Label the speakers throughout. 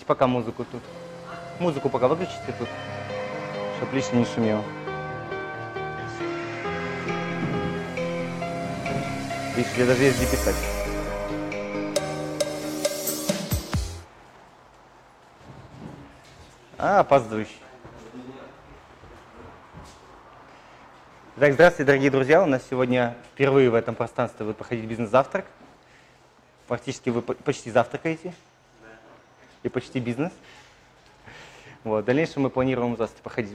Speaker 1: пока музыку тут. Музыку пока выключите тут, чтобы лишнее не шумело. Видишь, я даже есть где писать. Опаздывающий. Итак, здравствуйте, дорогие друзья. У нас сегодня впервые в этом пространстве будет проходить бизнес-завтрак. Практически вы почти завтракаете. И почти бизнес. Вот. В дальнейшем мы планируем проходить.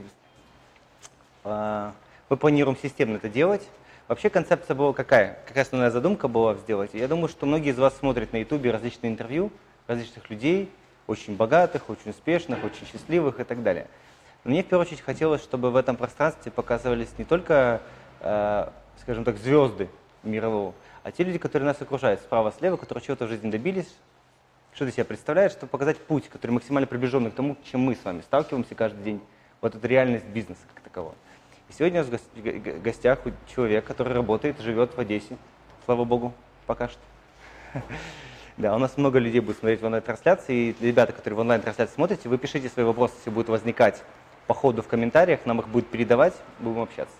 Speaker 1: Мы планируем системно это делать. Вообще концепция была какая? Какая основная задумка была сделать? Я думаю, что многие из вас смотрят на YouTube различные интервью различных людей, очень богатых, очень успешных, очень счастливых и так далее. Но мне в первую очередь хотелось, чтобы в этом пространстве показывались не только, скажем так, звезды мирового, а те люди, которые нас окружают справа-слева, которые чего-то в жизни добились, что-то себя представляют, чтобы показать путь, который максимально приближенный к тому, чем мы с вами сталкиваемся каждый день, вот эту реальность бизнеса как такового. И сегодня у нас в гостях человек, который работает, живет в Одессе, слава богу, пока что. Да, у нас много людей будет смотреть в онлайн-трансляции, и ребята, которые в онлайн-трансляции смотрите, вы пишите свои вопросы, если будут возникать по ходу в комментариях, нам их будет передавать, будем общаться.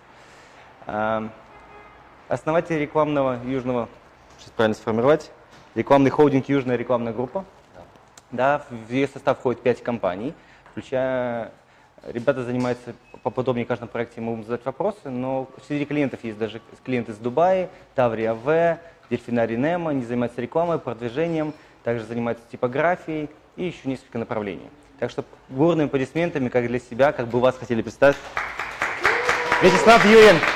Speaker 1: Основатель рекламного южного, сейчас правильно сформировать, рекламный холдинг «Южная рекламная группа». Да, в ее состав входит 5 компаний, включая... Ребята занимаются поподробнее в каждом проекте, мы будем задать вопросы, но среди клиентов есть даже клиенты из Дубая, Таврия В, Дельфинарий Немо, они занимаются рекламой, продвижением, также занимаются типографией и еще несколько направлений. Так что бурными аплодисментами, как для себя, как бы вас хотели представить. Вячеслав Юренко.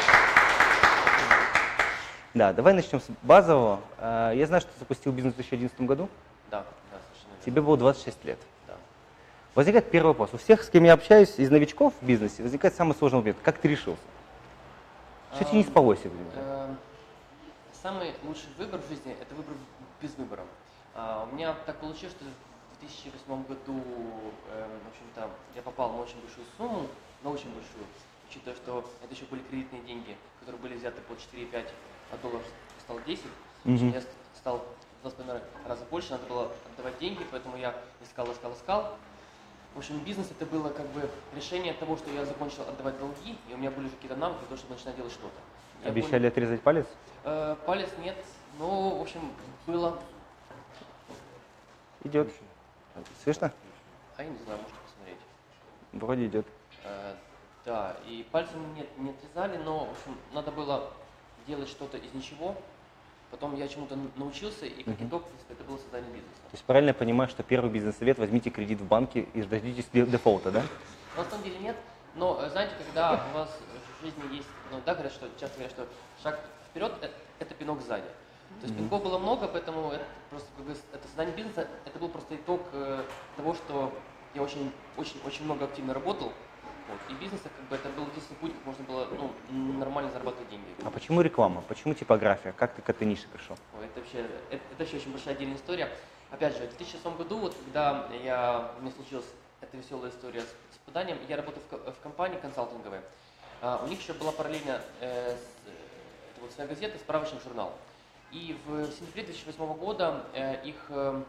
Speaker 1: Да, давай начнем с базового. Я знаю, что ты запустил бизнес в 2011 году.
Speaker 2: Да, совершенно верно.
Speaker 1: Тебе было 26 лет.
Speaker 2: Да.
Speaker 1: Возникает первый вопрос. У всех, с кем я общаюсь, из новичков в бизнесе, возникает самый сложный момент. Как ты решился? Что тебе не спалось?
Speaker 2: Самый лучший выбор в жизни – это выбор без выбора. У меня так получилось, что в 2008 году, в общем-то, я попал на очень большую сумму, на очень большую, учитывая, что это еще были кредитные деньги, которые были взяты по 4-5, а доллар стал 10. Я стал в 2,5 раза больше, надо было отдавать деньги, поэтому я искал. В общем, бизнес это было как бы решение того, что я закончил отдавать долги, и у меня были уже какие-то навыки для того, чтобы начинать делать что-то.
Speaker 1: Обещали отрезать палец?
Speaker 2: Палец нет, но, в общем, было.
Speaker 1: Идет. Слышно?
Speaker 2: А я не знаю, можете посмотреть.
Speaker 1: Вроде идет.
Speaker 2: Да, и пальцем не отрезали, но, в общем, надо было делать что-то из ничего. Потом я чему-то научился, и как итог, это было создание бизнеса.
Speaker 1: То есть правильно я понимаю, что первый бизнес-совет – возьмите кредит в банке и дождитесь дефолта, да?
Speaker 2: На самом деле нет, но знаете, когда у вас в жизни есть, говорят, что часто говорят, что шаг вперед – это пинок сзади. То есть пинков было много, поэтому это просто это создание бизнеса, это был просто итог того, что я очень много активно работал. И бизнеса, как бы, это был единственный путь, как можно было нормально зарабатывать деньги.
Speaker 1: А почему реклама? Почему типография? Как ты к этой нише пришел?
Speaker 2: Это вообще очень большая отдельная история. Опять же, в 2006 году, вот, когда у меня случилась эта веселая история с поданием, я работал в компании консалтинговой. У них еще была параллельно своя газета, справочный журнал. И в сентябре 2008 года их, как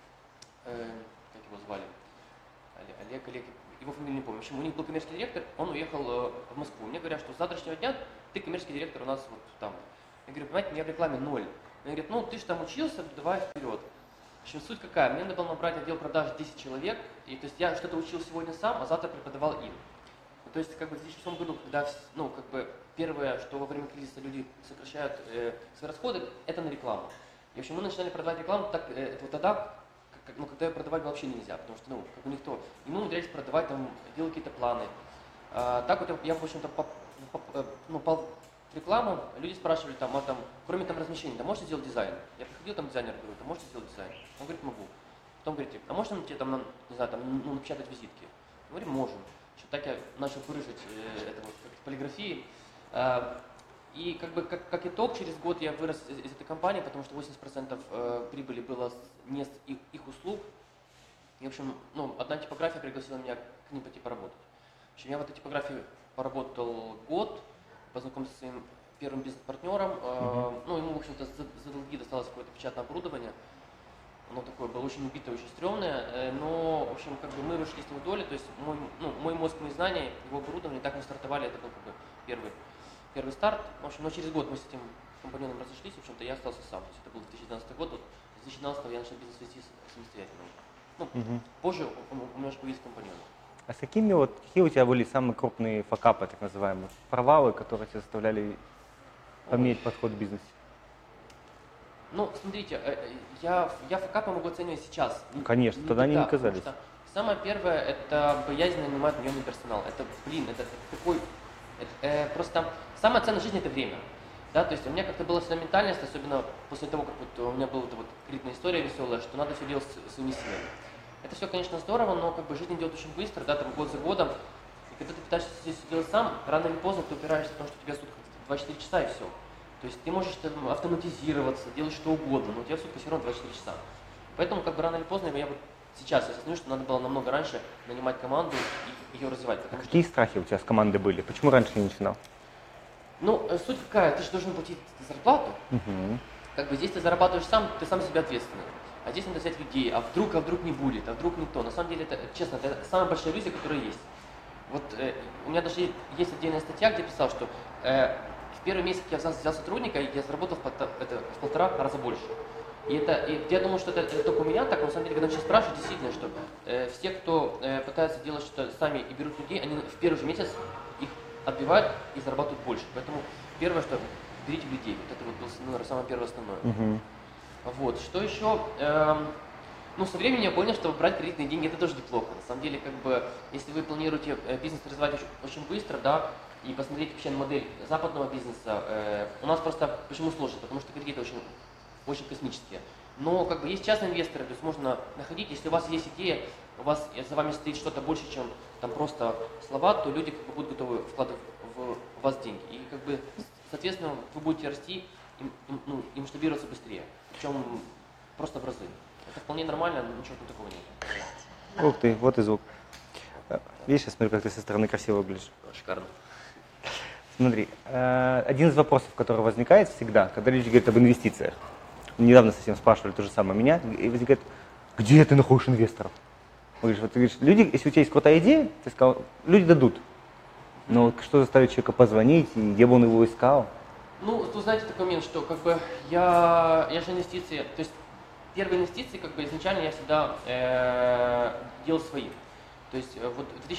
Speaker 2: его звали, Олег, его фамилию не помню. В общем, у них был коммерческий директор, он уехал в Москву. Мне говорят, что с завтрашнего дня ты коммерческий директор у нас вот там. Я говорю, понимаете, у меня в рекламе 0. Они говорят, ты же там учился, давай вперед. В общем, суть какая? Мне надо было набрать отдел продаж 10 человек, и то есть я что-то учил сегодня сам, а завтра преподавал им. То есть как бы в 2006 году, когда первое, что во время кризиса люди сокращают свои расходы, это на рекламу. И в общем, мы начинали продавать рекламу это вот тогда, когда ее продавать вообще нельзя, потому что, как бы никто, и мы умудрялись продавать, делать какие-то планы. Так вот я, в общем-то, попал в рекламу, люди спрашивали кроме размещения, можете сделать дизайн? Я приходил, дизайнер говорит, можете сделать дизайн? Он говорит, могу. Потом говорит, а можно тебе напечатать визитки? Мы говорим, можем. Так я начал брыжить полиграфией. И как итог, через год я вырос из этой компании, потому что 80% прибыли было не с их услуг. И, в общем, одна типография пригласила меня к ним поработать. В общем, я в этой типографии поработал год, познакомился со своим первым бизнес-партнером. Ему, в общем-то, за долги досталось какое-то печатное оборудование. оно такое было очень убитое, очень стрёмное, но, в общем, как бы мы вышли с ним в долю, то есть мой мозг, мои знания, его оборудование, так мы стартовали, это был как бы первый старт. В общем, но через год мы с этим компаньоном разошлись, в общем-то, я остался сам. То есть это был 2012 год, вот с 2012 я начал бизнес вести самостоятельно. Ну, позже у меня уже появились компаньоны.
Speaker 1: А какие у тебя были самые крупные факапы, так называемые, провалы, которые тебя заставляли поменять подход в бизнесе?
Speaker 2: Ну, смотрите, я факапы могу оценивать сейчас.
Speaker 1: Конечно, тогда они не казались.
Speaker 2: Самое первое, это боязнь нанимать наемный персонал. Это такой, просто самая ценная жизнь – это время. Да, то есть у меня как-то была всегда ментальность, особенно после того, как вот у меня была эта вот кредитная история веселая, что надо все делать своими силами. Это все, конечно, здорово, но как бы жизнь идет очень быстро, да, там год за годом. И когда ты пытаешься все делать сам, рано или поздно ты упираешься в том, что у тебя сутки 24 часа и все. То есть ты можешь там автоматизироваться, делать что угодно, но у тебя в сутки все равно 24 часа. Поэтому как бы рано или поздно я вот сейчас осознаю, что надо было намного раньше нанимать команду и ее развивать.
Speaker 1: Какие страхи у тебя с командой были? Почему раньше не начинал?
Speaker 2: Ну, суть какая, ты же должен платить зарплату. Как бы здесь ты зарабатываешь сам, ты сам себе ответственный. А здесь надо взять людей, а вдруг не будет, а вдруг не то. На самом деле, это, честно, это самая большая иллюзия, которая есть. Вот у меня даже есть отдельная статья, где писал, что в первый месяц, как я взял сотрудника, я заработал в 1,5 раза больше. И я думал, что это только у меня так, но на самом деле, когда сейчас спрашивают, действительно, что все, кто пытается делать что-то сами и берут людей, они в первый же месяц их отбивают и зарабатывают больше. Поэтому первое, что берите людей. Вот это вот было, наверное, самое первое основное. Вот, что еще? Ну, со временем я понял, что брать кредитные деньги – это тоже неплохо. На самом деле, как бы, если вы планируете бизнес развивать очень быстро, да, и посмотреть вообще на модель западного бизнеса, у нас просто почему сложно? Потому что кредиты очень космические. Но как бы есть частные инвесторы, то есть можно находить, если у вас есть идея, за вами стоит что-то больше, чем там просто слова, то люди как бы будут готовы вкладывать в вас деньги. И как бы, соответственно, вы будете расти и масштабироваться быстрее. Причем просто в разы. Это вполне нормально, ничего такого нет.
Speaker 1: Ух ты, вот и звук. Видишь, я смотрю, как ты со стороны красиво выглядишь.
Speaker 2: Шикарно.
Speaker 1: Смотри, один из вопросов, который возникает всегда, когда люди говорят об инвестициях. Недавно совсем спрашивали то же самое меня, и возникает, где ты находишь инвесторов? Говоришь, вот ты говоришь, люди, если у тебя есть какая-то идея, ты сказал, люди дадут. Но вот что заставит человека позвонить, и где бы он его искал?
Speaker 2: Ну, тут знаете такой момент, что как бы я же инвестиции, то есть первые инвестиции как бы изначально я всегда делал свои. То есть вот в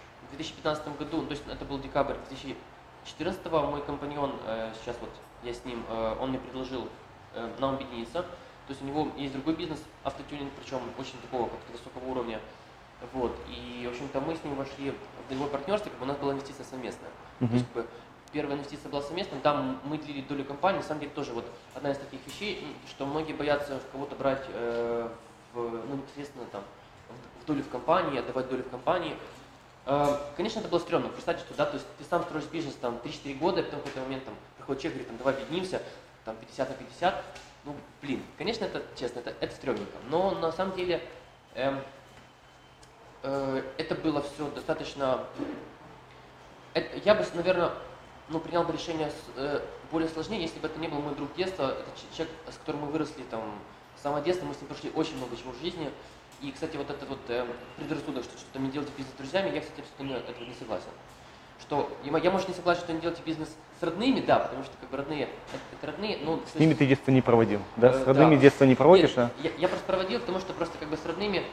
Speaker 2: 2015 году, то есть это был декабрь 2014, мой компаньон, сейчас вот я с ним, он мне предложил нам объединиться. То есть у него есть другой бизнес, автотюнинг, причем очень такого как-то высокого уровня. Вот. И, в общем-то, мы с ним вошли в долевое партнерство, как бы у нас была инвестиция совместная. То есть, как бы, первая инвестиция была совместная, там мы делили долю компании. На самом деле тоже вот одна из таких вещей, что многие боятся кого-то брать непосредственно там, в долю в компании, отдавать долю в компании. Конечно, это было стрёмно. Представьте, что да, то есть ты сам строишь бизнес там 3-4 года, и потом в какой-то момент там, приходит человек, говорит, там, давай объединимся, там 50 на 50. Ну, блин, конечно, это честно, это стрёмненько. Но на самом деле это было все достаточно. Я бы, наверное, принял бы решение более сложнее, если бы это не был мой друг детства. Это человек, с которым мы выросли там с самого детства, мы с ним прошли очень много чего в жизни. И, кстати, вот этот вот предрассудок, что что-то не делать бизнес с друзьями, я, кстати, абсолютно этого не согласен. Что я, может, не согласен, что не делать бизнес с родными, да, потому что как бы родные это родные, но
Speaker 1: с ними ты детство не проводил, да? С родными детство не проводишь,
Speaker 2: нет, я просто проводил, потому что просто как бы с родными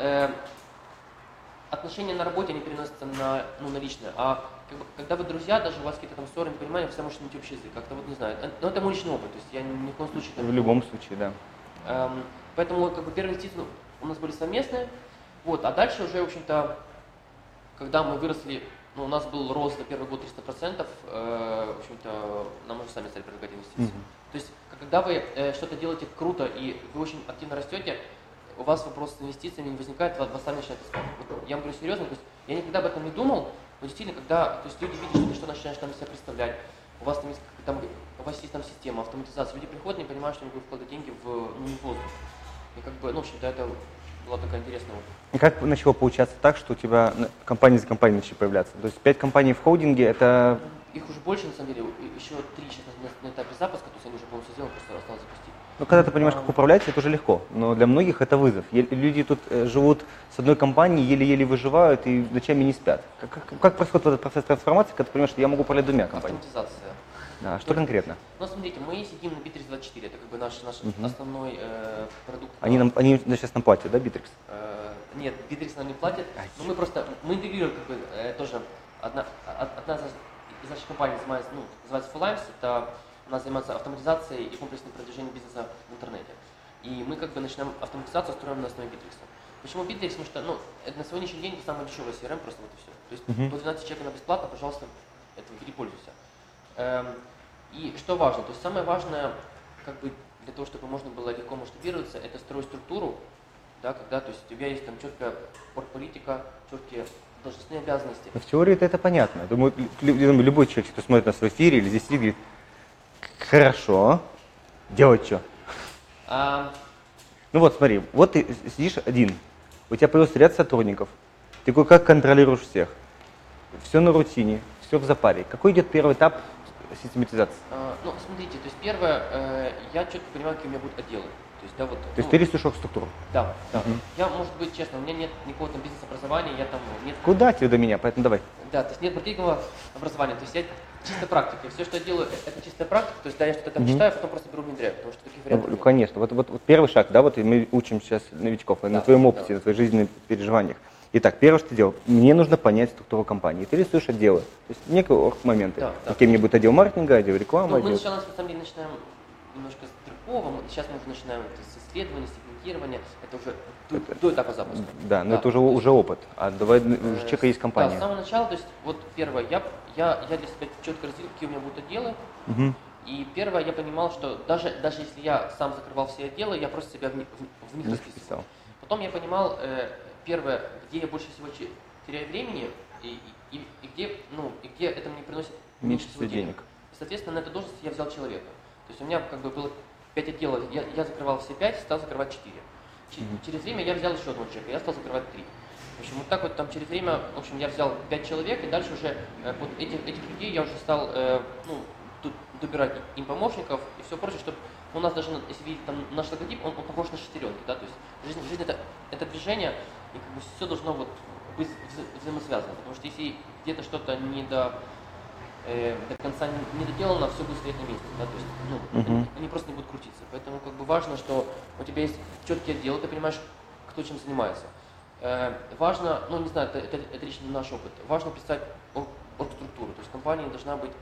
Speaker 2: отношения на работе, они переносятся на личное. А как бы, когда вы друзья, даже у вас какие-то там ссоры, непонимания, вы всегда можете найти общий язык. Как-то вот не знаю. Но это мой личный опыт. То есть я ни в коем случае.
Speaker 1: В любом случае, да.
Speaker 2: Поэтому как бы первые инвестиции у нас были совместные. Вот, а дальше уже, в общем-то, когда мы выросли, у нас был рост за первый год 300%, в общем-то, нам уже сами стали предлагать инвестиции. То есть, когда вы что-то делаете круто и вы очень активно растете, у вас вопрос с инвестициями не возникает, вас сами начинают искать. Вот, я вам говорю серьезно, то есть я никогда об этом не думал, но действительно, когда то есть люди видят, что ты что начинаешь там себя представлять, у вас есть там система, автоматизация, люди приходят, не понимают, что они будут вкладывать деньги в воздух. И как бы, в общем-то, это была такая интересная опыт.
Speaker 1: И как начало получаться так, что у тебя компании за компанией начали появляться? То есть 5 компаний в холдинге, это...
Speaker 2: Их уже больше, на самом деле, еще 3 сейчас на этапе запуска, то есть они уже полностью сделаны, просто осталось запустить.
Speaker 1: Ну, когда ты понимаешь, как управлять, это уже легко, но для многих это вызов. Люди тут живут с одной компанией, еле-еле выживают и ночами не спят. Как происходит этот процесс трансформации, когда ты понимаешь, что я могу управлять двумя компаниями?
Speaker 2: Автоматизация.
Speaker 1: Да, что конкретно?
Speaker 2: Ну, смотрите, мы сидим на Bittrex24, это как бы наш основной продукт.
Speaker 1: Они сейчас нам платят, да, Bittrex?
Speaker 2: Нет, Bittrex нам не платит, но мы интегрируем как бы тоже, одна из наших компаний называется Fullimes, это она занимается автоматизацией и комплексным продвижением бизнеса в интернете. И мы как бы начинаем автоматизацию, строим на основе Bittrex. Почему Bittrex? Потому что это на сегодняшний день самый дешевый CRM, просто вот и все. То есть по 12 человек на бесплатно, пожалуйста, этого бери, пользуйся. И что важно, то есть самое важное, как бы для того, чтобы можно было легко масштабироваться, это строить структуру, да, когда, то есть у тебя есть там четкая политика, четкие должностные обязанности.
Speaker 1: Но в теории это понятно. Думаю, любой человек, кто смотрит нас в эфире или здесь сидит, говорит, хорошо, делать что? Ну вот смотри, вот ты сидишь один, у тебя появился ряд сотрудников, ты как контролируешь всех? Все на рутине, все в запаре. Какой идет первый этап систематизации?
Speaker 2: Ну, смотрите, то есть первое, я четко понимаю, какие у меня будут отделы. То есть, да, вот,
Speaker 1: то есть ты рисуешь структуру?
Speaker 2: Да, да. Я, может быть, честно, у меня нет никакого там бизнес-образования, я там нет...
Speaker 1: Куда тебе до меня, поэтому давай.
Speaker 2: Да, то есть нет маркетингового образования, то есть я чисто практика. Все, что я делаю, это чистая практика, то есть да, я что-то там читаю, а потом просто беру внедряю, потому что таких вариантов нет.
Speaker 1: Конечно, вот первый шаг, да, вот мы учим сейчас новичков на твоем опыте, на твоих жизненных переживаниях. Итак, первое, что ты делал, мне нужно понять структуру компании. Ты рисуешь отделы, то есть некие моменты. Каким мне будет отдел маркетинга, отдел рекламы.
Speaker 2: Мы сначала, на самом деле, начинаем немножко с другого, сейчас мы уже начинаем с исследования, сегментирования, это уже до этапа запуска.
Speaker 1: Да, но это уже опыт, а давай уже человека есть компания.
Speaker 2: Да, с самого начала, то есть вот первое, я для себя четко разделил, какие у меня будут отделы, и первое, я понимал, что даже если я сам закрывал все отделы, я просто себя в них расписывал. Потом я понимал, первое, где я больше всего теряю времени и где это мне приносит меньше всего денег. И, соответственно, на эту должность я взял человека. То есть у меня как бы было 5 отделов, я закрывал все 5, стал закрывать 4. Через время я взял еще одного человека, я стал закрывать 3. В общем, вот так вот там через время, в общем, я взял 5 человек, и дальше уже под этих людей я уже стал добирать им помощников и все прочее, чтобы у нас даже, если видеть там наш логотип, он похож на шестеренки, да, то есть жизнь это движение, и как бы все должно вот быть взаимосвязано, потому что если где-то что-то не до конца не доделано, все будет стоять на месте, да, то есть, они просто не будут крутиться, поэтому как бы важно, что у тебя есть четкие отделы, ты понимаешь, кто чем занимается. Важно, не знаю, это лично наш опыт, важно представить оргструктуру, то есть компания должна быть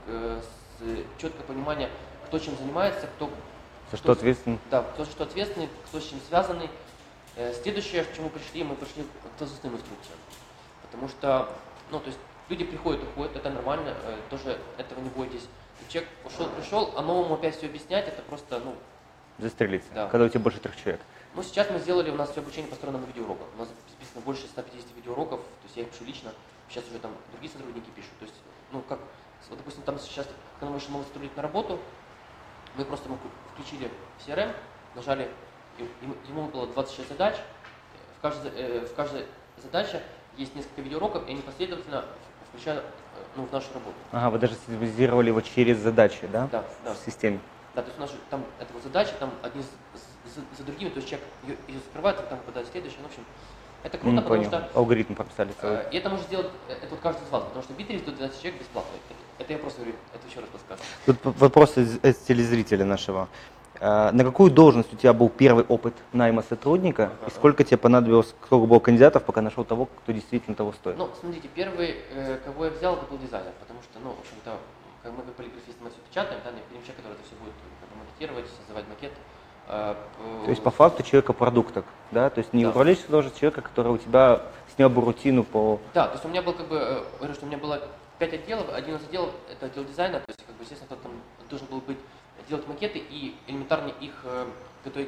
Speaker 2: четкое понимание, кто чем занимается,
Speaker 1: за что ответственный.
Speaker 2: Да, кто за что ответственный, кто с чем связанный. Следующее, к чему мы пришли к должностным инструкциям. Потому что, то есть люди приходят, уходят, это нормально, тоже этого не бойтесь. Человек пришел, а новому опять все объяснять, это просто,
Speaker 1: застрелиться,
Speaker 2: да.
Speaker 1: Когда у тебя больше 3 человек.
Speaker 2: Сейчас мы сделали, у нас все обучение построено на видеоуроках. У нас записано больше 150 видеоуроков, то есть я их пишу лично, сейчас уже там другие сотрудники пишут. То есть, вот, допустим, там сейчас, когда мы решили новый сотрудник на работу, мы просто включили в CRM, нажали, ему выпало 26 задач, в каждой задаче есть несколько видеоуроков, и они последовательно включают в нашу работу.
Speaker 1: Ага, вы даже систематизировали его через задачи, да?
Speaker 2: Да.
Speaker 1: В системе.
Speaker 2: Да, то есть у нас там это вот задачи, там одни за другими, то есть человек ее закрывает, там попадает следующий, в общем, это круто, потому что...
Speaker 1: Алгоритм прописали целый.
Speaker 2: И это может сделать это вот каждый из вас, потому что Bittrex до 12 человек бесплатно. Это я просто говорю, это еще раз подскажу.
Speaker 1: Тут вопрос из телезрителя нашего. На какую должность у тебя был первый опыт найма сотрудника, и сколько тебе понадобилось, сколько было кандидатов, пока нашел того, кто действительно того стоит?
Speaker 2: Смотрите, первый, кого я взял, это был дизайнер, потому что, в общем-то, как мы как полиграфисты мы все печатаем, да, необходим человек, который это все будет монтировать, создавать макет.
Speaker 1: То есть по факту человека продукта, да? То есть не управляющий должность, человека, который у тебя снял бы рутину по...
Speaker 2: Да, то есть у меня был говорю, что у меня было 5 отделов, один из отделов это отдел дизайна, то есть естественно, кто там должен был быть делать макеты и элементарно их готовить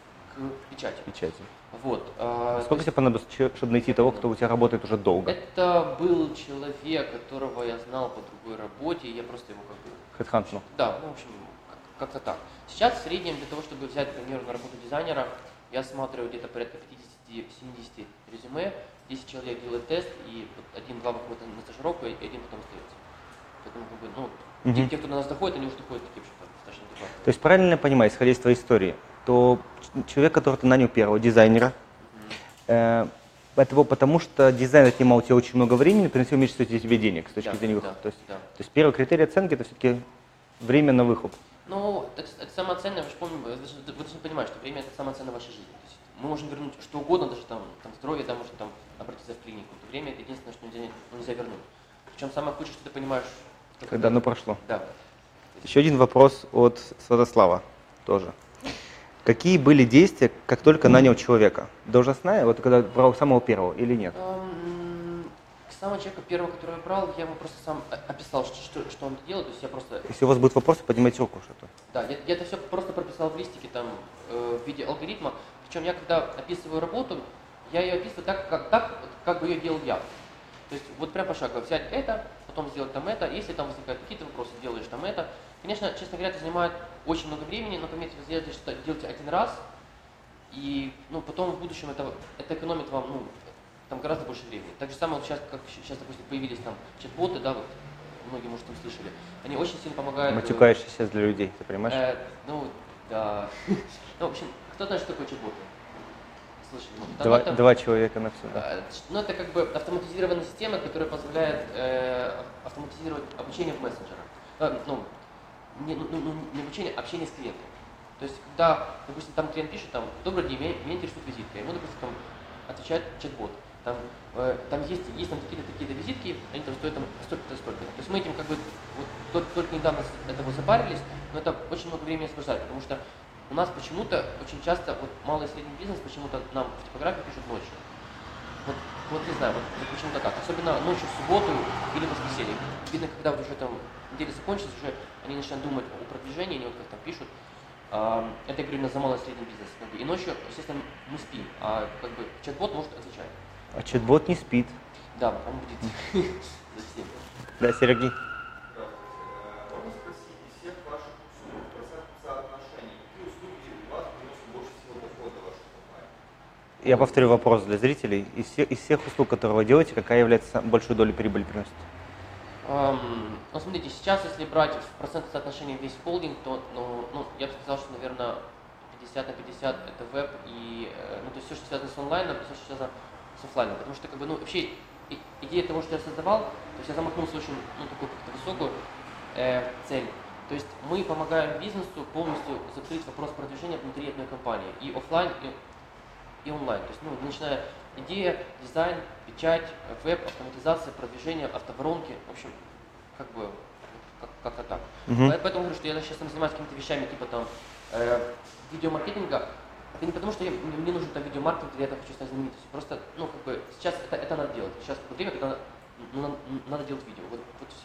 Speaker 2: к печати. Вот.
Speaker 1: Сколько тебе понадобилось, чтобы найти того, кто у тебя работает уже долго?
Speaker 2: Это был человек, которого я знал по другой работе, и я просто его
Speaker 1: Хэдхантнул.
Speaker 2: Да, в общем, как-то так. Сейчас в среднем для того, чтобы взять, к примеру, на работу дизайнера, я осматриваю где-то порядка 50-70 резюме, 10 человек делают тест, и 1-2 выходят на стажировку, и 1 потом остается. Поэтому Те, кто до нас доходит, они уже доходят такие вообще достаточно адекватные.
Speaker 1: То есть правильно я понимаю, исходя из твоей истории, то человек, которого ты нанял первого, дизайнера, это было потому, что дизайн отнимал у тебя очень много времени, приносил меньше тебе денег с точки зрения выхода. То есть первый критерий оценки – это все-таки время на выхлоп.
Speaker 2: Ну, это самое ценное, вы же должны понимать, что время – это самое ценное в вашей жизни. То есть мы можем вернуть что угодно, даже там здоровье, да, можно там обратиться в клинику. То время – это единственное, что нельзя вернуть. Причем самое худшее, что ты понимаешь…
Speaker 1: Когда оно прошло.
Speaker 2: Да.
Speaker 1: Еще один вопрос от Святослава тоже. Какие были действия, как только нанял человека? Должностная, вот когда брал самого первого или нет?
Speaker 2: Самого человека первого, которого я брал, я ему просто сам описал, что он делает. То есть я просто…
Speaker 1: Если у вас будут вопросы, поднимайте руку что-то.
Speaker 2: Да, я это все просто прописал в листике там в виде алгоритма. Причем я когда описываю работу, я ее описываю так, как бы ее делал я. То есть вот прям пошагово взять это, потом сделать там это. Если там возникают какие-то вопросы, делаешь там это. Конечно, честно говоря, это занимает очень много времени, но пометьте, вы делаете один раз, и потом в будущем это экономит вам там гораздо больше времени. Так же самое сейчас, как сейчас, допустим, появились там чат-боты, да, вот многие, может, там слышали, они очень сильно помогают…
Speaker 1: Матюкаешься сейчас для людей, ты понимаешь?
Speaker 2: Да. В общем, кто знает, что такое чат-боты? Слышали?
Speaker 1: Два человека на все.
Speaker 2: Да. Это как бы автоматизированная система, которая позволяет автоматизировать обучение в мессенджерах. Не обучение, а общение с клиентом. То есть, когда, допустим, там клиент пишет, там, добрый день, меня интересует визитка, ему, допустим, там, отвечает чат-бот. Там есть там такие-то визитки, они там стоят там столько-то, столько. То есть мы этим как бы вот только недавно этого запарились, но это очень много времени освобождает, потому что у нас почему-то очень часто вот малый и средний бизнес почему-то нам в типографии пишут ночью. Вот не знаю, вот почему-то так. Особенно ночью в субботу или в воскресенье. Видно, когда вот уже там неделя закончится, уже они начинают думать о продвижении, они вот как там пишут. Это, я говорю, именно за малый и средний бизнес. И ночью, естественно, мы спим, а как бы чат-бот может отвечать.
Speaker 1: А чат-бот не спит.
Speaker 2: Да, он будет за всем.
Speaker 1: Да, Сергей.
Speaker 3: Можно спросить, из всех ваших услуг, процент соотношений, какие услуги у вас приносят больше всего дохода вашей компании?
Speaker 1: Я повторю вопрос для зрителей. Из всех услуг, которые вы делаете, какая является большую долю прибыли приносит?
Speaker 2: Смотрите, сейчас, если брать в процентном соотношении весь холдинг, то я бы сказал, что, наверное, 50 на 50 это веб и то есть все, что связано с онлайном, все, что связано с офлайном. Потому что вообще идея того, что я создавал, то есть я замахнулся очень такую как-то высокую цель. То есть мы помогаем бизнесу полностью закрыть вопрос продвижения внутри одной компании. И офлайн, и онлайн. То есть, начиная идея, дизайн, печать, веб, автоматизация, продвижение, автоворонки. В общем, как-то так. Поэтому говорю, что я сейчас занимаюсь какими-то вещами типа там видеомаркетинга. Это не потому, что мне нужен там видеомаркетинг, или я там хочу стать знаменитостью. Просто, сейчас это надо делать. Сейчас время, когда надо делать видео. Вот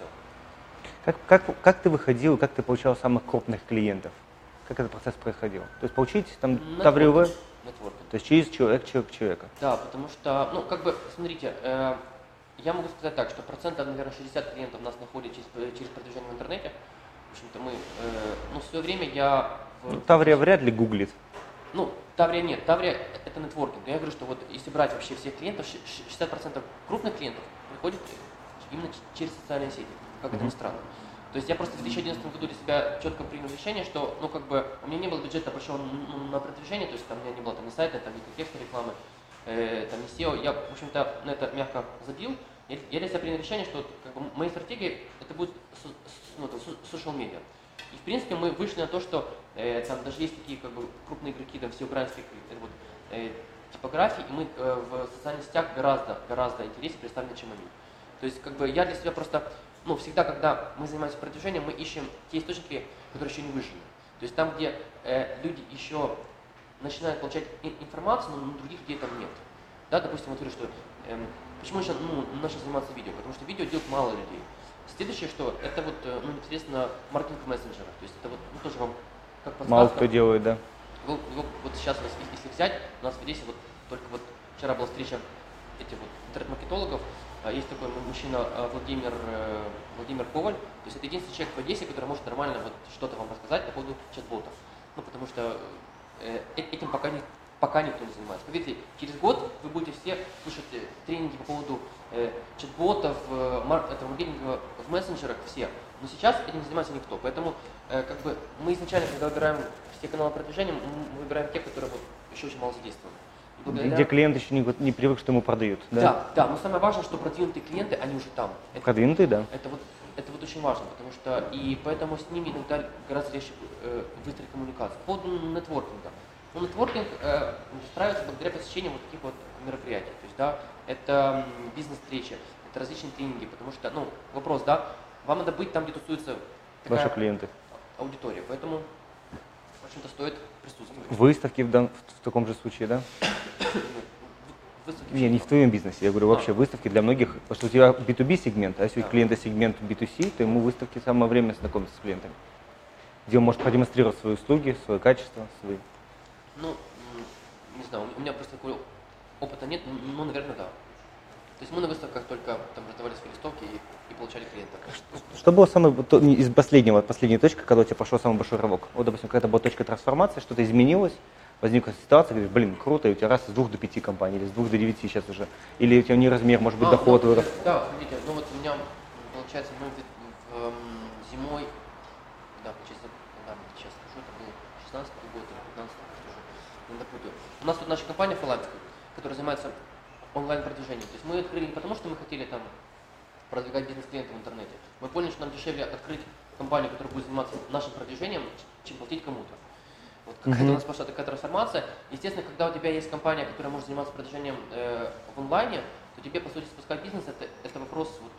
Speaker 2: и все.
Speaker 1: Как ты выходил, как ты получал самых крупных клиентов? Как этот процесс происходил? То есть получить там таврювы? То есть через человека?
Speaker 2: Да, потому что, смотрите, я могу сказать так, что процентов, наверное, 60 клиентов нас находят через продвижение в интернете. В общем-то, мы, в свое время я…
Speaker 1: Таврия вряд ли гуглит.
Speaker 2: Таврия нет, Таврия это нетворкинг. Я говорю, что вот если брать вообще всех клиентов, 60% крупных клиентов приходят именно через социальные сети, как это ни странно. То есть я просто в 2011 году для себя четко принял решение, что, у меня не было бюджета большого на продвижение, то есть там у меня не было ни сайта, ни контекстной рекламы, ни SEO. Я, в общем-то, на это мягко забил. Я для себя принял решение, что моей стратегией это будет social media. И в принципе мы вышли на то, что там даже есть такие крупные игроки, там все украинские типографии, и мы в социальных сетях гораздо интереснее представлены, чем они. То есть я для себя просто всегда, когда мы занимаемся продвижением, мы ищем те источники, которые еще не выжили. То есть там, где люди еще начинают получать информацию, но других людей там нет. Да, допустим, говорю, что почему я начал заниматься видео? Потому что видео делают мало людей. Следующее, что это непосредственно маркетинг в мессенджерах. То есть это тоже вам как подсказка.
Speaker 1: Мало кто делает, да.
Speaker 2: Вот сейчас, если взять, у нас в Одессе только вчера была встреча этих интернет-маркетологов. Есть такой мужчина Владимир Коваль. То есть это единственный человек в Одессе, который может нормально что-то вам рассказать по поводу чат-ботов. Потому что этим пока пока никто не занимается. Поверьте, через год вы будете все слушать тренинги по поводу чат-ботов, маркетинга в мессенджерах, все. Но сейчас этим не занимается никто. Поэтому как бы мы изначально, когда выбираем все каналы продвижения, мы выбираем те, которые вот еще очень мало задействованы.
Speaker 1: Где клиент еще не привык, что ему продают. Да?
Speaker 2: Да, но самое важное, что продвинутые клиенты, они уже там.
Speaker 1: Продвинутые, да.
Speaker 2: Это вот очень важно, потому что и поэтому с ними иногда гораздо легче выстроить коммуникацию. По поводу нетворкинга. Ну, нетворкинг устраивается благодаря посещению вот таких вот мероприятий. То есть, да, это бизнес-встречи, это различные тренинги, потому что, ну, вопрос, да, вам надо быть там, где тусуются
Speaker 1: Ваши клиенты.
Speaker 2: аудитория, поэтому, в общем-то, стоит присутствовать.
Speaker 1: Выставки в таком же случае, да?
Speaker 2: Выставки
Speaker 1: Не в твоем бизнесе, я говорю вообще выставки для многих, потому что у тебя B2B сегмент, а если у клиента сегмент B2C, то ему выставки самое время знакомиться с клиентами, где он может продемонстрировать свои услуги, свое качество, свои.
Speaker 2: Ну, не знаю, у меня просто такого опыта нет, но, наверное, да. То есть мы на выставках только там раздавали свои листовки и получали клиентов.
Speaker 1: Что было самое из последней точки, когда у тебя пошел самый большой рывок? Вот, допустим, какая-то была точка трансформации, что-то изменилось, возникла ситуация, говоришь, блин, круто, и у тебя раз с 2 до 5 компаний, или с 2 до 9 сейчас уже, или у тебя не размер, может быть, доход вырос.
Speaker 2: Да, смотрите, ну вот у меня, получается, зимой, да, получается, сейчас скажу, это был 16-й год или 15-й, что же, не напутаю. У нас тут наша компания фрилансерская, которая занимается онлайн-продвижением. То есть мы открыли не потому, что мы хотели там продвигать бизнес-клиентов в интернете. Мы поняли, что нам дешевле открыть компанию, которая будет заниматься нашим продвижением, чем платить кому-то. Вот какая-то у нас пошла такая трансформация. Естественно, когда у тебя есть компания, которая может заниматься продвижением в онлайне, то тебе, по сути, спускать бизнес, это вопрос вот...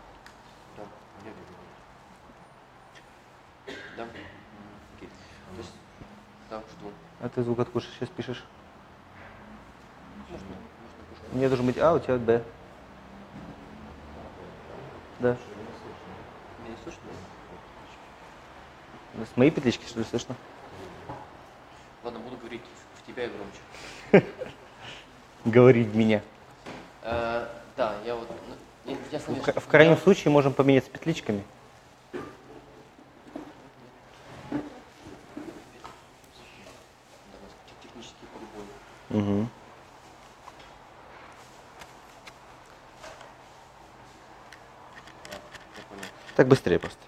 Speaker 2: Да. Окей. То есть, да, жду.
Speaker 1: А ты звук откуда сейчас пишешь?
Speaker 2: Можно
Speaker 1: Мне должен быть А, у тебя Б. Да.
Speaker 2: Меня не слышно?
Speaker 1: С моей петлички, что ли, слышно?
Speaker 2: Ладно, буду говорить в тебя и громче.
Speaker 1: Говорить меня.
Speaker 2: Да, я вот... Я
Speaker 1: В крайнем случае можем поменяться петличками.
Speaker 2: Технические подбои.
Speaker 1: Угу.
Speaker 2: Я понял.
Speaker 1: Так быстрее просто.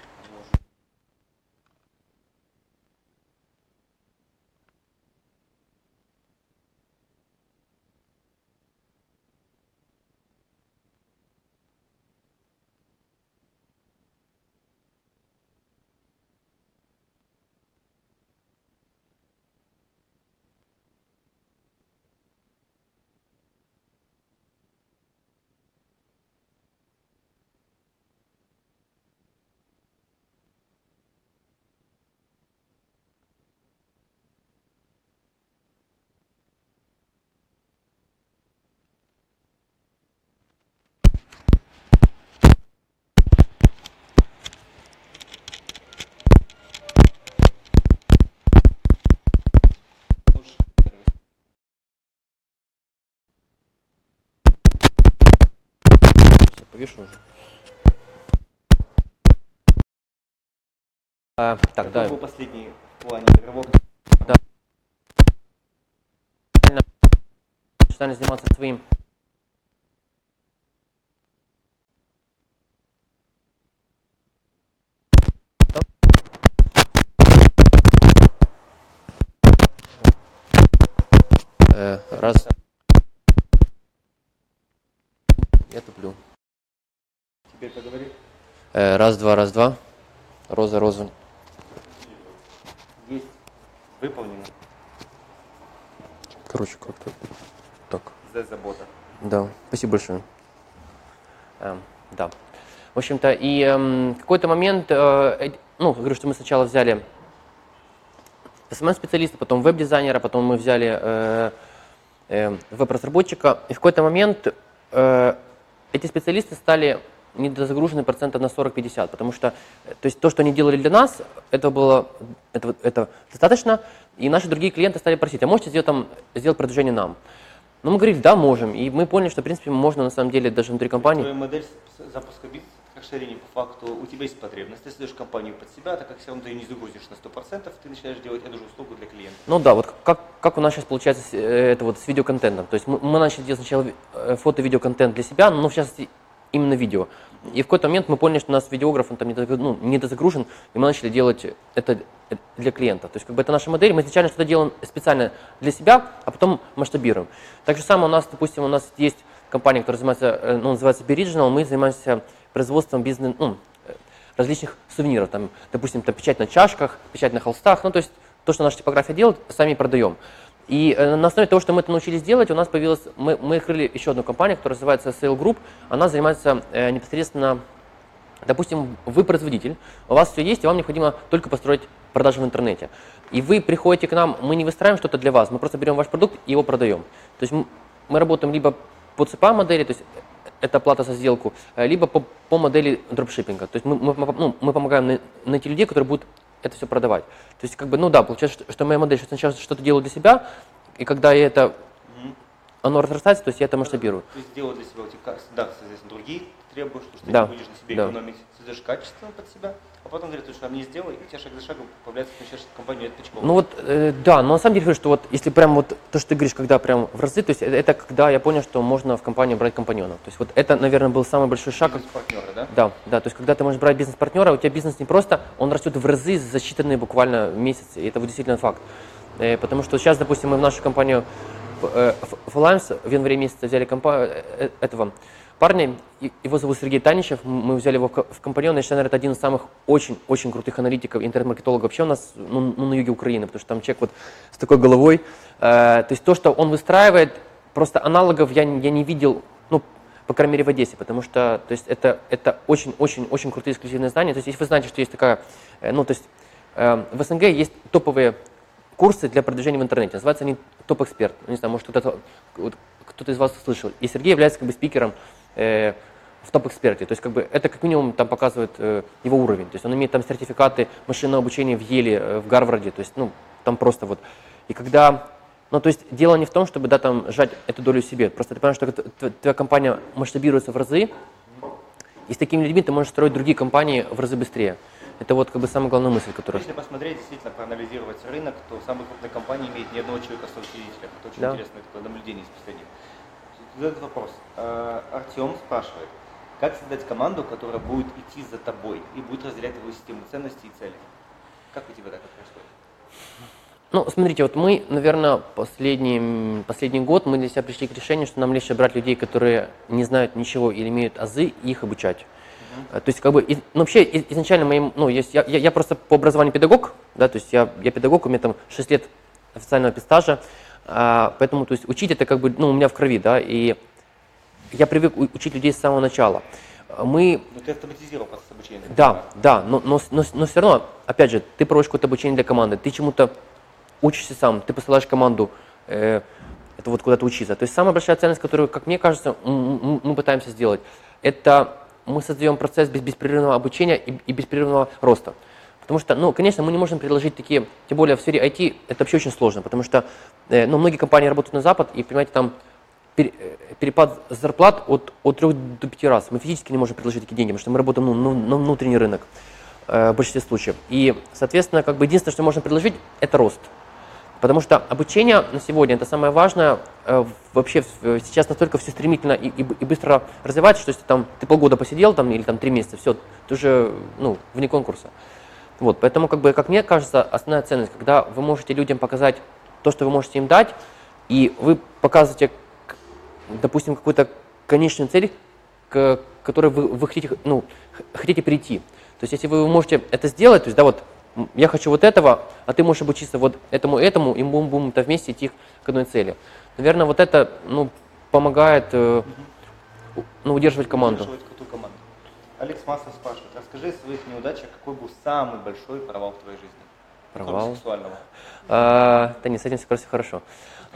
Speaker 2: Повешу уже. Так, да.
Speaker 1: был последний в плане рывок?
Speaker 2: Стали заниматься своим. Раз. Я туплю.
Speaker 1: Теперь поговори.
Speaker 2: Раз, два. Роза.
Speaker 1: Есть. Выполнено.
Speaker 2: Короче, как-то так.
Speaker 1: За забота.
Speaker 2: Да, спасибо большое. Да. В общем-то, и в какой-то момент, ну, говорю, что мы сначала взяли SMM-специалиста, потом веб-дизайнера, потом мы взяли веб-разработчика, и в какой-то момент эти специалисты стали недозагружены процентов на 40-50, потому что то есть то, что они делали для нас, это достаточно, и наши другие клиенты стали просить, а можете сделать продвижение нам? Ну, мы говорили, да, можем, и мы поняли, что, в принципе, можно, на самом деле, даже внутри компании...
Speaker 1: Твоя модель запуска бизнеса, расширение по факту, у тебя есть потребность, ты создаешь компанию под себя, так как все равно ты ее не загрузишь на 100%, ты начинаешь делать эту же услугу для клиента.
Speaker 2: Ну да, вот как у нас сейчас получается это вот с видеоконтентом. То есть мы начали делать сначала фото-видеоконтент для себя, но в частности именно видео. И в какой-то момент мы поняли, что у нас видеограф он там недозагружен, и мы начали делать это для клиента. То есть как бы это наша модель, мы изначально что-то делаем специально для себя, а потом масштабируем. Так же самое у нас, допустим, у нас есть компания, которая занимается, называется Be-Regional, мы занимаемся производством различных сувениров, там, допустим, печать на чашках, печать на холстах, ну то есть то, что наша типография делает, сами продаем. И на основе того, что мы это научились делать, у нас появилась, мы открыли еще одну компанию, которая называется Sale Group, она занимается непосредственно, допустим, вы производитель, у вас все есть, и вам необходимо только построить продажи в интернете. И вы приходите к нам, мы не выстраиваем что-то для вас, мы просто берем ваш продукт и его продаем. То есть мы работаем либо по ЦПА модели, то есть это плата за сделку, либо по модели дропшиппинга. То есть мы помогаем найти людей, которые будут это все продавать. То есть, как бы, ну да, получается, что моя модель, что сначала что-то делаю для себя, и когда я это, оно разрастается, то есть я это масштабирую.
Speaker 1: То есть делать для себя, да, соответственно, другие требуешь, что
Speaker 2: Да.
Speaker 1: ты будешь на себе экономить, создаешь качественно под себя, а потом говорит, что мне сделай, и у тебя шаг за шагом появляется, начинаешь компанию от Пучкова.
Speaker 2: Ну вот, да, но на самом деле, что вот, если прям вот то, что ты говоришь, когда прям в разы, то есть это когда я понял, что можно в компанию брать компаньонов. То есть вот это, наверное, был самый большой шаг.
Speaker 1: Бизнес-партнера, да?
Speaker 2: Да, да, то есть когда ты можешь брать бизнес-партнера, у тебя бизнес не просто, он растет в разы за считанные буквально месяцы, и это вот действительно факт. Потому что сейчас, допустим, мы в нашу компанию Flames в январе месяце взяли этого парня, его зовут Сергей Таничев, мы взяли его в компаньон, я считаю, наверное, это один из самых очень крутых аналитиков, интернет-маркетологов вообще у нас на юге Украины, потому что там человек вот с такой головой. То есть то, что он выстраивает, просто аналогов я не видел, ну, по крайней мере, в Одессе, потому что то есть это очень крутые эксклюзивные знания. То есть если вы знаете, что есть такая, ну, то есть в СНГ есть топовые курсы для продвижения в интернете, называются они топ-эксперт. Не знаю, может кто-то из вас слышал. И Сергей является как бы спикером в топ-эксперте. То есть как бы это как минимум там показывает его уровень. То есть он имеет там сертификаты машинного обучения в Еле, в Гарварде. То есть, ну, там просто вот. И когда, ну, то есть дело не в том, чтобы, да, там сжать эту долю себе. Просто ты понимаешь, что твоя компания масштабируется в разы, и с такими людьми ты можешь строить другие компании в разы быстрее. Это вот как бы самая главная мысль, которая...
Speaker 1: Если посмотреть, действительно проанализировать рынок, то самая крупная компания имеет ни одного человека соучредителя. Это очень интересное такое наблюдение из последних. Задает вопрос. Артем спрашивает, как создать команду, которая будет идти за тобой и будет разделять твою систему ценностей и целей? Как у тебя так происходит?
Speaker 2: Ну, смотрите, вот мы, наверное, последний год мы для себя пришли к решению, что нам легче брать людей, которые не знают ничего или имеют азы, и их обучать. То есть, как бы, ну, вообще, изначально я просто по образованию педагог, да, то есть я педагог, у меня там 6 лет официального педстажа, поэтому, то есть, учить это как бы, ну, у меня в крови, да, и я привык учить людей с самого начала.
Speaker 1: Но ты автоматизировал процесс обучения.
Speaker 2: Да, но все равно, опять же, ты проводишь какое-то обучение для команды, ты чему-то учишься сам, ты посылаешь команду это вот куда-то учиться. То есть самая большая ценность, которую, как мне кажется, мы пытаемся сделать, это мы создаем процесс беспрерывного обучения и беспрерывного роста. Потому что, ну, конечно, мы не можем предложить такие, тем более в сфере IT, это вообще очень сложно, потому что, ну, многие компании работают на Запад, и, понимаете, там перепад зарплат от 3 до 5 раз. Мы физически не можем предложить такие деньги, потому что мы работаем на внутренний рынок в большинстве случаев. И, соответственно, как бы единственное, что можно предложить, это рост. Потому что обучение на сегодня это самое важное. Вообще сейчас настолько все стремительно и быстро развивается, что если там ты полгода посидел там, или там 3 месяца, все, ты уже, ну, вне конкурса. Вот, поэтому, как бы, как мне кажется, основная ценность, когда вы можете людям показать то, что вы можете им дать, и вы показываете, допустим, какую-то конечную цель, к которой вы хотите прийти. То есть, если вы можете это сделать, то есть, да, вот, я хочу вот этого, а ты можешь обучиться вот этому, и мы будем это вместе идти к одной цели. Наверное, вот это, ну, помогает удерживать команду.
Speaker 1: Алекс Маслов спрашивает, расскажи о своих неудачах, какой был самый большой провал в твоей жизни?
Speaker 2: Провал?
Speaker 1: Сексуального.
Speaker 2: Да нет, с этим все хорошо.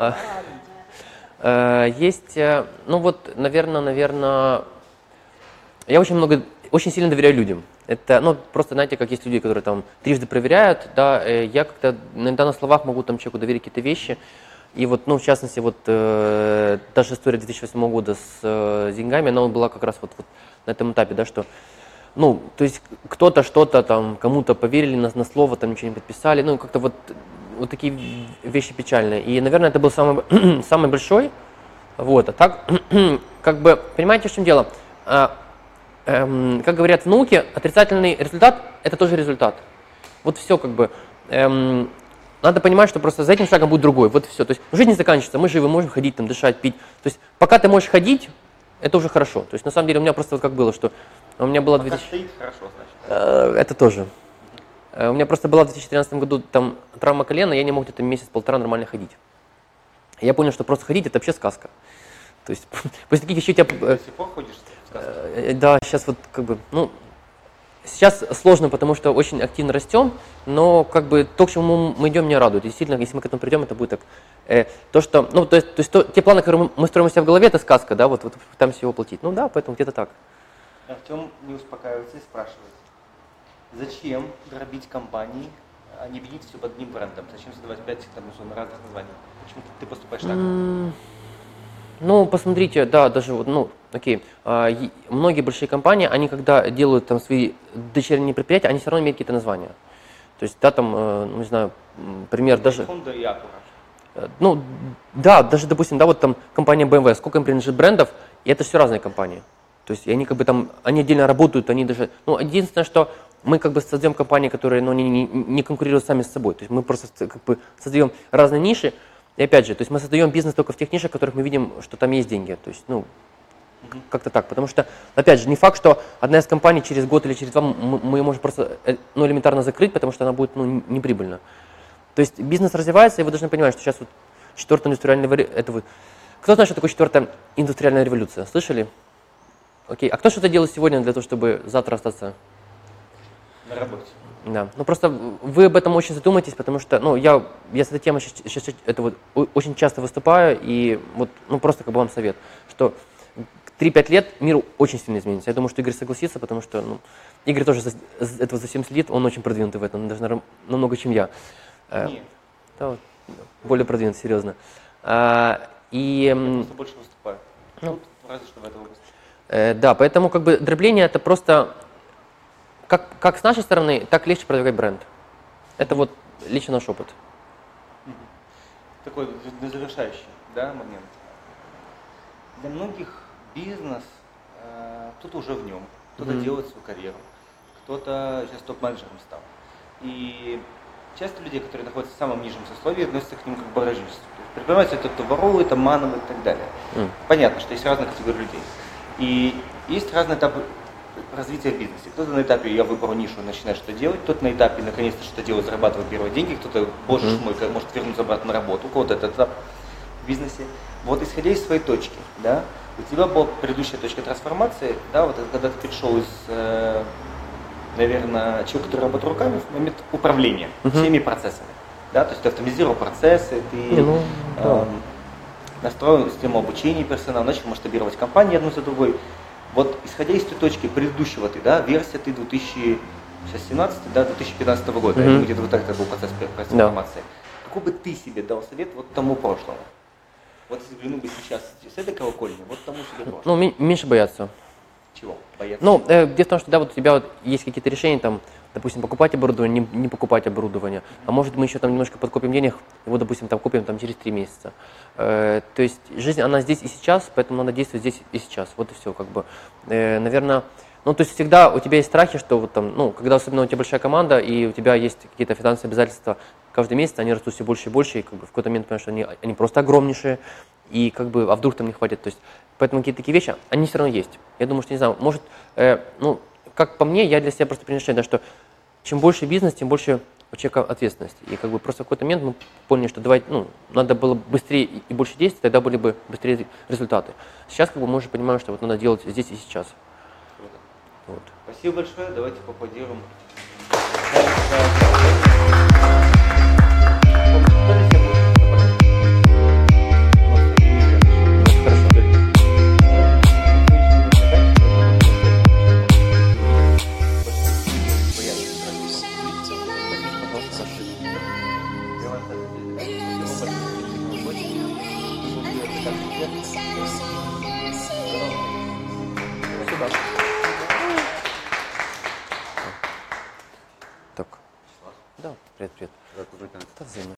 Speaker 2: Есть, ну вот, наверное, я очень сильно доверяю людям. Это, ну, просто, знаете, как есть люди, которые там трижды проверяют, да, я как-то иногда на словах могу там человеку доверить какие-то вещи. И вот, ну, в частности, вот даже история 2008 года с деньгами, она была как раз вот на этом этапе, да, что ну, то есть кто-то что-то там, кому-то поверили на слово, там ничего не подписали, ну, как-то вот такие вещи печальные. И, наверное, это был самый, самый большой, вот, а так, как бы, понимаете, в чем дело? Как говорят в науке, отрицательный результат – это тоже результат. Вот все как бы. Надо понимать, что просто за этим шагом будет другой. Вот и все. То есть жизнь не заканчивается, мы живы, можем ходить, там, дышать, пить. То есть пока ты можешь ходить, это уже хорошо. То есть на самом деле у меня просто вот как было, что у меня была...
Speaker 1: Пока стоит, хорошо, значит.
Speaker 2: Это тоже. У меня просто была в 2013 году там травма колена, я не мог где-то месяц-полтора нормально ходить. Я понял, что просто ходить – это вообще сказка. То есть после таких вещей у тебя...
Speaker 1: До сих пор ходишь в сказку?
Speaker 2: Да, сейчас вот как бы, ну, сейчас сложно, потому что очень активно растем, но как бы то, к чему мы идем, меня радует. Действительно, если мы к этому придем, это будет так. То, что, ну, то есть те планы, которые мы строим у себя в голове, это сказка, да, вот пытаемся его воплотить. Ну да, поэтому где-то так.
Speaker 1: Артем не успокаивается и спрашивает, зачем грабить компании, а не объединить все под одним брендом? Зачем создавать 5 там, разных названий? Почему ты поступаешь так?
Speaker 2: Ну, посмотрите, да, даже вот, ну, окей, многие большие компании, они когда делают там свои дочерние предприятия, они все равно имеют какие-то названия. То есть, да, там, ну, не знаю, пример даже...
Speaker 1: Honda и Acura.
Speaker 2: Ну, да, даже, допустим, да, вот там компания BMW, сколько им принадлежит брендов, и это все разные компании. То есть, они как бы там, они отдельно работают, они даже... Ну, единственное, что мы как бы создаем компании, которые, ну, не конкурируют сами с собой. То есть, мы просто как бы создаем разные ниши. И опять же, то есть мы создаем бизнес только в тех нишах, в которых мы видим, что там есть деньги. То есть, ну, как-то так. Потому что, опять же, не факт, что одна из компаний через год или через два мы ее можем просто, ну, элементарно закрыть, потому что она будет, ну, неприбыльна. То есть бизнес развивается, и вы должны понимать, что сейчас вот четвертая индустриальная революция. Кто знает, что такое четвертая индустриальная революция? Слышали? Окей. А кто что-то делает сегодня для того, чтобы завтра остаться
Speaker 1: на работе?
Speaker 2: Да, ну просто вы об этом очень задумайтесь, потому что, ну, я с этой темой сейчас это вот очень часто выступаю, и вот, ну, просто как бы вам совет, что 3-5 лет мир очень сильно изменится. Я думаю, что Игорь согласится, потому что, ну, Игорь тоже за всем следит, он очень продвинутый в этом, даже намного, чем я.
Speaker 1: Нет.
Speaker 2: Да, вот, более продвинутый, серьезно.
Speaker 1: Я просто больше выступаю.
Speaker 2: Ну,
Speaker 1: тут, разве что в этой области.
Speaker 2: Да, поэтому как бы дробление это просто... Как с нашей стороны, так легче продвигать бренд. Это вот лично наш опыт.
Speaker 1: Такой завершающий, да, момент. Для многих бизнес, кто-то уже в нем, кто-то делает свою карьеру, кто-то сейчас топ-менеджером стал. И часто люди, которые находятся в самом нижнем сословии, относятся к ним как к баражничеству. Предприниматель это кто ворует, обманывает и так далее. Понятно, что есть разные категории людей. И есть разные этапы развития в бизнесе. Кто-то на этапе я выбрал нишу и начинает что делать, кто-то на этапе наконец-то что делать, зарабатывать первые деньги, кто-то, боже мой, может вернуться обратно на работу, у кого-то этот этап в бизнесе. Вот исходя из своей точки, да, у тебя была предыдущая точка трансформации, да, вот когда ты пришел из, наверное, человека, который работает руками, в момент управления всеми процессами, да, то есть ты автоматизировал процессы, ты настроил систему обучения персонала, начал масштабировать компании одну за другой. Вот исходя из той точки предыдущего ты, да, версия ты 2017, да, 2015 года, где-то вот это был процесс трансформации. Какой бы ты себе дал совет вот тому прошлому? Вот если взглянул бы сейчас с этой колокольни, вот тому себе прошлому.
Speaker 2: Ну, меньше бояться.
Speaker 1: Чего? Бояться?
Speaker 2: Ну, дело в том, что да, вот у тебя вот есть какие-то решения, там, допустим, покупать оборудование, не покупать оборудование, а может мы еще там немножко подкопим денег, его, допустим, там купим там через 3 месяца. То есть жизнь, она здесь и сейчас, поэтому надо действовать здесь и сейчас. Вот и все, как бы. Наверное, ну, то есть всегда у тебя есть страхи, что вот там, ну, когда особенно у тебя большая команда, и у тебя есть какие-то финансовые обязательства каждый месяц, они растут все больше и больше, и как бы в какой-то момент понимаешь, что они просто огромнейшие, и как бы, а вдруг там не хватит. То есть, поэтому какие-то такие вещи, они все равно есть. Я думаю, что, не знаю, может, ну, как по мне, я для себя просто принял решение, да, что чем больше бизнес, тем больше у человека ответственность. И как бы просто в какой-то момент мы поняли, что давай, ну, надо было быстрее и больше действовать, тогда были бы быстрее результаты. Сейчас как бы мы уже понимаем, что вот надо делать здесь и сейчас.
Speaker 1: Круто.
Speaker 2: Вот.
Speaker 1: Спасибо большое, давайте поаплодируем.
Speaker 2: Спасибо.